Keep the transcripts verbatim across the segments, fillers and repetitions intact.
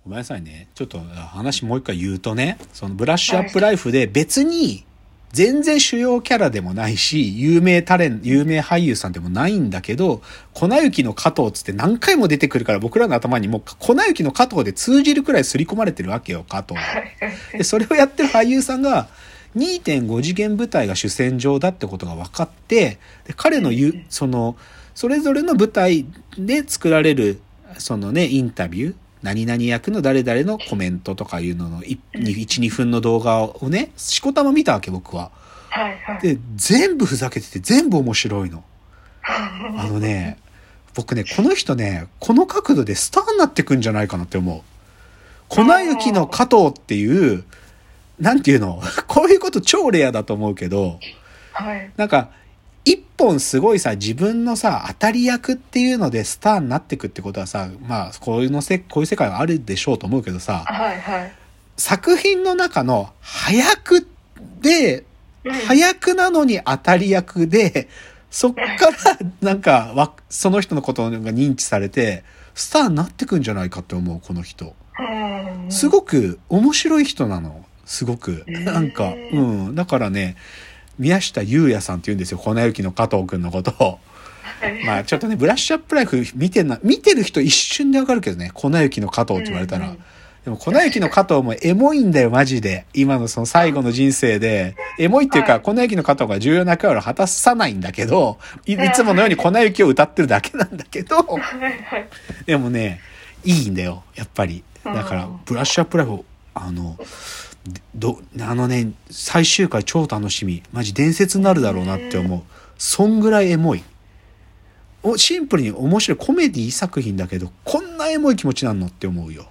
ごめんなさいね。ちょっと話もう一回言うとね、そのブラッシュアップライフで別に全然主要キャラでもないし、有名タレント、有名俳優さんでもないんだけど、粉雪の加藤つって何回も出てくるから僕らの頭にもう粉雪の加藤で通じるくらい刷り込まれてるわけよ、加藤が。で、それをやってる俳優さんが にてんご 次元舞台が主戦場だってことが分かって、で彼の言う、その、それぞれの舞台で作られる、そのね、インタビュー、何々役の誰々のコメントとかいうののいち、にふんの動画をね、しこたま見たわけ、僕は。 はいはい、 で、全部ふざけてて全部面白いの。あのね、僕ね、この人ね、この角度でスターになってくんじゃないかなって思う。粉雪の加藤っていう、なんていうのこういうこと超レアだと思うけど、 はい、 なんか、一本すごいさ、自分のさ、当たり役っていうのでスターになってくってことはさ、まあ、こういうのせ、こういう世界はあるでしょうと思うけどさ、 はいはい、 作品の中の早くで、 うん、 早くなのに当たり役で、そっからなんか、わ、その人のことが認知されて、スターになってくんじゃないかって思う、この人。 うん、 すごく面白い人なの。すごく。なんか、うん。だからね、宮下優也さんって言うんですよ。粉雪の加藤くんのことを。まあちょっとね、ブラッシュアップライフ見てな、見てる人一瞬でわかるけどね、粉雪の加藤って言われたら。うんうん、でも粉雪の加藤もエモいんだよ、マジで。今のその最後の人生で。エモいっていうか、粉雪の加藤が重要な役割を果たさないんだけど、い, いつものように粉雪を歌ってるだけなんだけど、でもね、いいんだよ、やっぱり。だから、ブラッシュアップライフ、あの、どあのね最終回超楽しみ、マジ伝説になるだろうなって思う。そんぐらいエモい、おシンプルに面白いコメディ作品だけど、こんなエモい気持ちなんのって思うよ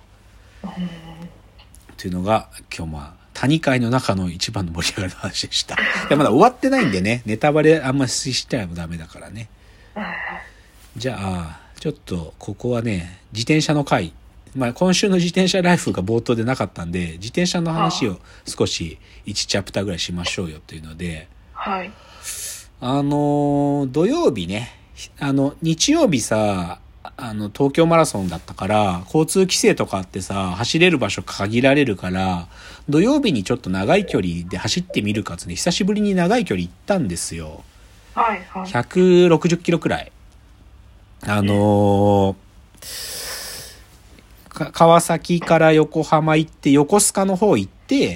っていうのが今日、まあ谷会の中の一番の盛り上がりの話でした。でまだ終わってないんでね、ネタバレあんまししちゃえばダメだからね。じゃあちょっとここはね、自転車の回、まあ、今週の自転車ライフが冒頭でなかったんで、自転車の話を少しいちチャプターぐらいしましょうよというので、 はい、 あの土曜日ね、あの日曜日さ、あの東京マラソンだったから交通規制とかあってさ、走れる場所限られるから、土曜日にちょっと長い距離で走ってみるかつね、久しぶりに長い距離行ったんですよ。 はいはい、 ひゃくろくじゅっキロくらい。あのー川崎から横浜行って横須賀の方行って、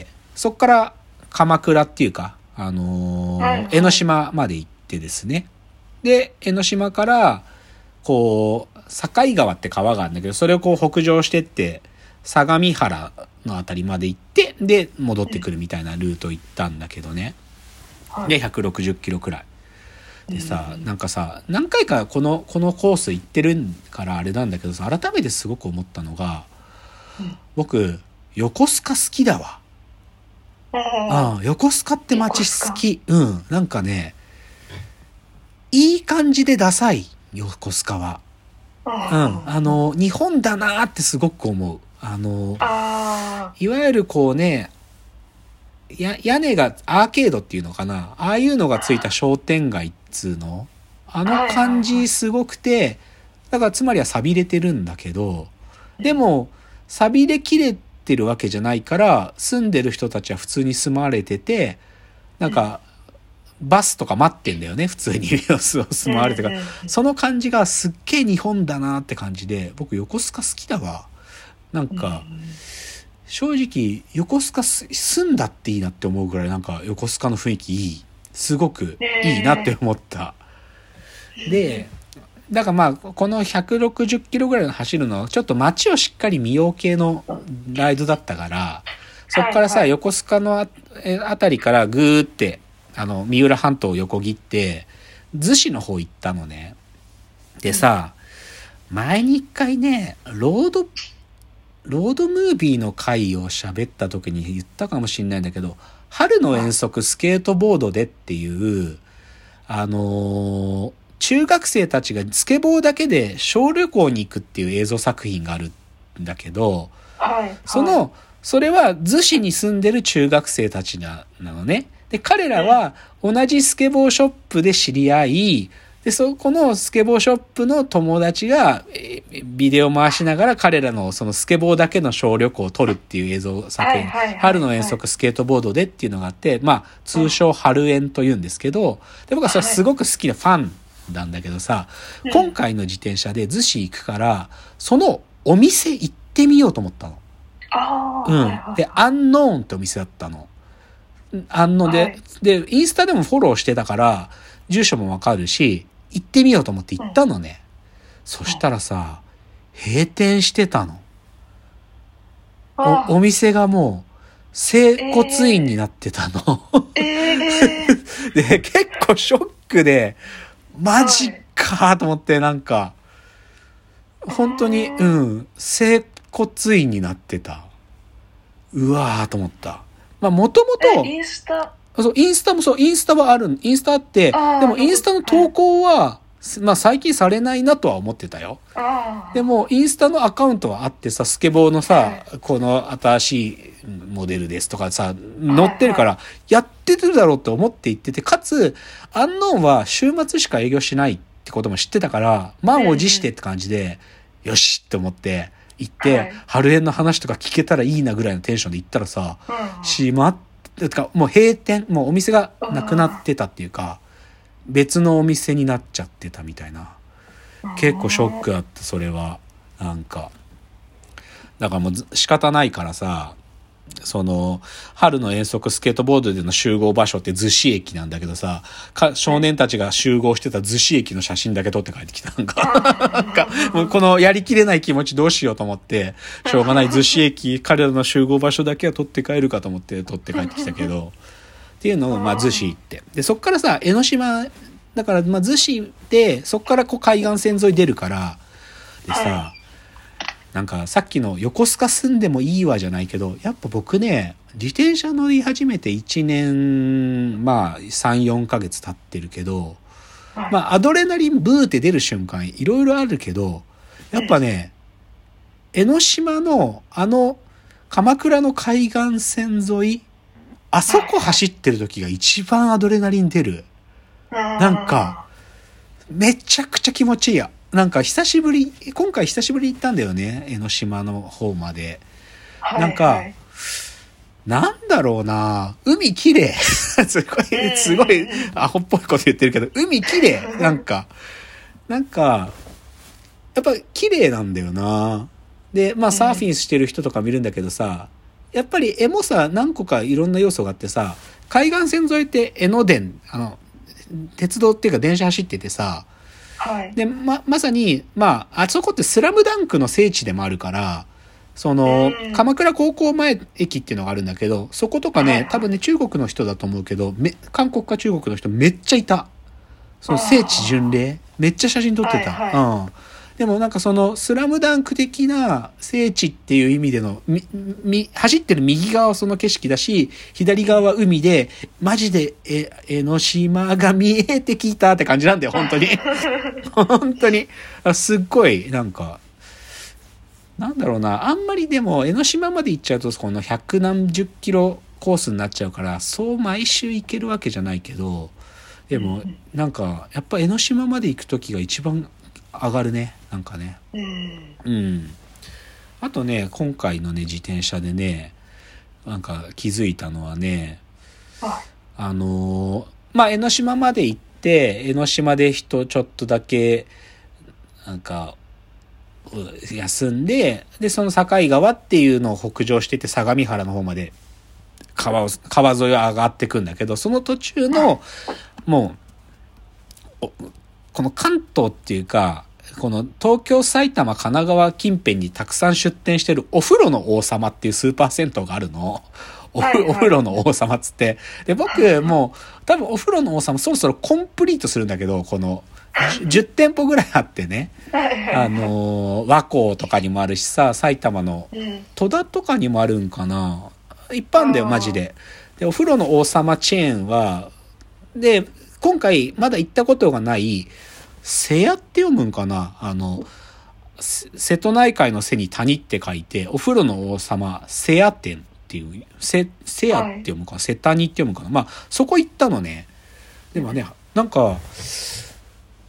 そっから鎌倉っていうか、あのー、江ノ島まで行ってですね。で、江ノ島からこう境川って川があるんだけど、それをこう北上してって相模原のあたりまで行って、で戻ってくるみたいなルート行ったんだけどね。でひゃくろくじゅっキロくらいでさ、なんかさ、何回かこのこのコース行ってるからあれなんだけどさ、改めてすごく思ったのが、僕横須賀好きだわ。ああ、横須賀って街好き。うん、なんかね、いい感じでダサい、横須賀は。うん、あの日本だなってすごく思う。あのいわゆるこうね、や屋根がアーケードっていうのかな、ああいうのがついた商店街っつうの、あの感じすごくて、だからつまりは寂れてるんだけど、でも寂れきれてるわけじゃないから、住んでる人たちは普通に住まれてて、なんかバスとか待ってんだよね、普通に住まわれてから、その感じがすっげえ日本だなって感じで、僕横須賀好きだわ。なんか正直横須賀住んだっていいなって思うぐらい、なんか横須賀の雰囲気いい、すごくいいなって思った。でだからまあこのひゃくろくじゅっキロぐらいの走るのはちょっと街をしっかり見よう系のライドだったから、そっからさ横須賀の あ, あたりからぐーってあの三浦半島を横切って逗子の方行ったのね。でさ、前に一回ねロードロードムービーの回を喋った時に言ったかもしれないんだけど、春の遠足スケートボードでっていうあのー、中学生たちがスケボーだけで小旅行に行くっていう映像作品があるんだけど、 はいはい、 そのそれは逗子に住んでる中学生たちなのね。で彼らは同じスケボーショップで知り合い、 で、そこのスケボーショップの友達が、ビデオ回しながら彼らのそのスケボーだけの小旅行を撮るっていう映像作品、 はいはいはいはい、 春の遠足スケートボードでっていうのがあって、まあ、通称春遠と言うんですけど、で、僕はそれすごく好きなファンなんだけどさ、 はい、 今回の自転車で逗子行くから、そのお店行ってみようと思ったの。 ああ。 うん。 はいはい、 で、アンノーンってお店だったの。あので、はい、で、インスタでもフォローしてたから、住所もわかるし、行ってみようと思って行ったのね。うん、そしたらさ、閉店してたの。お、お店がもう、整骨院になってたの。えーえー、で、結構ショックで、マジかと思って、なんか、本当に、うん、整骨院になってた。うわーと思った。まあ、もともと、 インスタそう、インスタもそう、インスタはある、インスタあって、でもインスタの投稿は、まあ最近されないなとは思ってたよ。でも、インスタのアカウントはあってさ、スケボーのさ、はい、この新しいモデルですとかさ、載ってるから、やってるだろうと思って言ってて、かつ、アンノーンは週末しか営業しないってことも知ってたから、満を持してって感じで、うん、よしって思って、行って、はい、春園の話とか聞けたらいいなぐらいのテンションで行ったらさ、うん、しまって、てかもう閉店、もうお店がなくなってたっていうか、別のお店になっちゃってたみたいな。結構ショックあった、それは。なんか。だからもう仕方ないからさ、その、春の遠足スケートボードでの集合場所って逗子駅なんだけどさ、か少年たちが集合してた逗子駅の写真だけ撮って帰ってきた。なんか、なんか、もうこのやりきれない気持ちどうしようと思って、しょうがない逗子駅、彼らの集合場所だけは撮って帰るかと思って撮って帰ってきたけど、っていうのを、まあ、逗子行って。で、そっからさ、江ノ島、だから、まあ、逗子で、そっからこう海岸線沿い出るから、でさ、なんかさっきの横須賀住んでもいいわじゃないけど、やっぱ僕ね、自転車乗り始めていちねん、まあさん、よんかげつ経ってるけど、まあアドレナリンブーって出る瞬間いろいろあるけど、やっぱね、江ノ島のあの鎌倉の海岸線沿い、あそこ走ってる時が一番アドレナリン出る。なんか、めちゃくちゃ気持ちいいや。なんか久しぶり、今回久しぶりに行ったんだよね。江ノ島の方まで。なんか、はいはい、なんだろうな、海綺麗。すごい、すごいアホっぽいこと言ってるけど、海綺麗。なんか、なんか、やっぱ綺麗なんだよな。で、まあサーフィンしてる人とか見るんだけどさ、やっぱりエモさ何個かいろんな要素があってさ、海岸線沿いって江ノ電、あの、鉄道っていうか電車走っててさ、 はい、 で、ま、まさに、まあ、あそこってスラムダンクの聖地でもあるから、その、鎌倉高校前駅っていうのがあるんだけど、そことかね、多分ね、中国の人だと思うけど、め、韓国か中国の人めっちゃいた。その聖地巡礼。めっちゃ写真撮ってた。はいはい、うん。でもなんかそのスラムダンク的な聖地っていう意味での、み、み、走ってる右側はその景色だし、左側は海で、マジで、え、江ノ島が見えてきたって感じなんだよ、本当に。本当に。すっごい、なんか、なんだろうな、あんまりでも江ノ島まで行っちゃうと、この百何十キロコースになっちゃうから、そう毎週行けるわけじゃないけど、でも、なんか、やっぱ江ノ島まで行くときが一番上がるね、なんかね。うん。うん。あとね、今回のね、自転車でね、なんか気づいたのはね、あ、あの、まあ、江ノ島まで行って、江ノ島で人ちょっとだけ、なんか、休んで、で、その境川っていうのを北上してて、相模原の方まで川を、川沿いを上がってくんだけど、その途中の、もう、この関東っていうか、この東京、埼玉、神奈川近辺にたくさん出店してるお風呂の王様っていうスーパー銭湯があるの。お, はいはい、お風呂の王様っつって。で、僕もう多分お風呂の王様そろそろコンプリートするんだけど、このじゅってんぽぐらいあってね。あの、和光とかにもあるしさ、埼玉の戸田とかにもあるんかな。いっぱいあるんだよ、マジで。で、お風呂の王様チェーンは、で、今回まだ行ったことがない、瀬谷って読むんかな、あの、瀬戸内海の瀬に谷って書いて、お風呂の王様、瀬谷店っていう、瀬、瀬谷って読むか、瀬谷って読むかな。まあ、そこ行ったのね。でもね、なんか、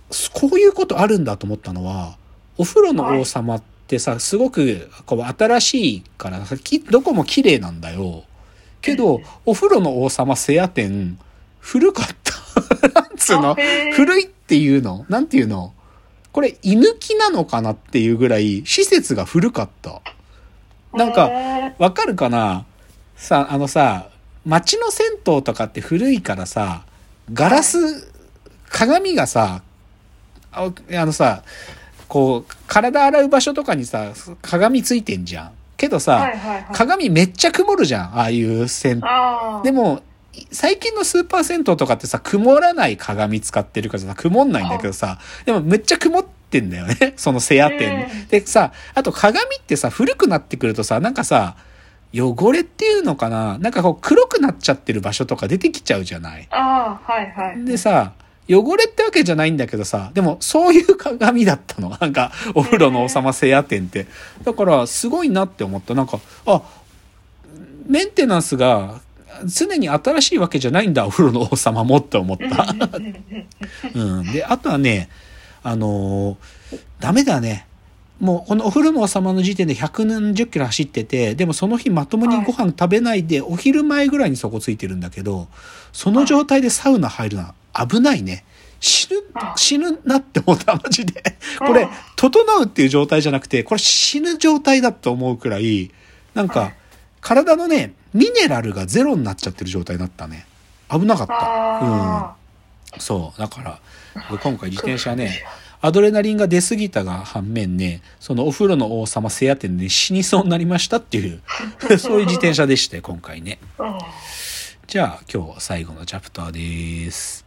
こういうことあるんだと思ったのは、お風呂の王様ってさ、すごくこう新しいからどこも綺麗なんだよ。けどお風呂の王様セア店古かったなんつうの、古いっていうのなんていうの、これ居抜きなのかなっていうぐらい施設が古かった。なんかわかるかなさ、あのさ、街の銭湯とかって古いからさ、ガラス鏡がさ、あのさ、こう体洗う場所とかにさ鏡ついてんじゃん。けどさ、はいはいはい、鏡めっちゃ曇るじゃん、ああいう銭湯。でも最近のスーパー銭湯とかってさ、曇らない鏡使ってるからさ、曇んないんだけどさ、でもめっちゃ曇ってんだよね、そのセア店でさ。あと鏡ってさ、古くなってくるとさ、なんかさ、汚れっていうのかな、なんかこう黒くなっちゃってる場所とか出てきちゃうじゃない。 ああ、はいはい。 でさ、汚れってわけじゃないんだけどさ、でもそういう鏡だったの。なんかお風呂の王様セア店って。だからすごいなって思った。なんか、あ、メンテナンスが常に新しいわけじゃないんだ、お風呂の王様もって思った。うん。で、あとはね、あのー、ダメだね。もうこのお風呂の王様の時点でひゃくなんじゅっキロ走ってて、でもその日まともにご飯食べないで、お昼前ぐらいにそこついてるんだけど、その状態でサウナ入るのは危ないね。死ぬ、死ぬなって思った、マジで。これ、整うっていう状態じゃなくて、これ死ぬ状態だと思うくらい、なんか、体のね、ミネラルがゼロになっちゃってる状態になったね。危なかった。うん。そう。だから、今回自転車ね、アドレナリンが出過ぎたが反面ね、そのお風呂の王様セア店で、ね、死にそうになりましたっていう、そういう自転車でして、今回ね。じゃあ、今日最後のチャプターです。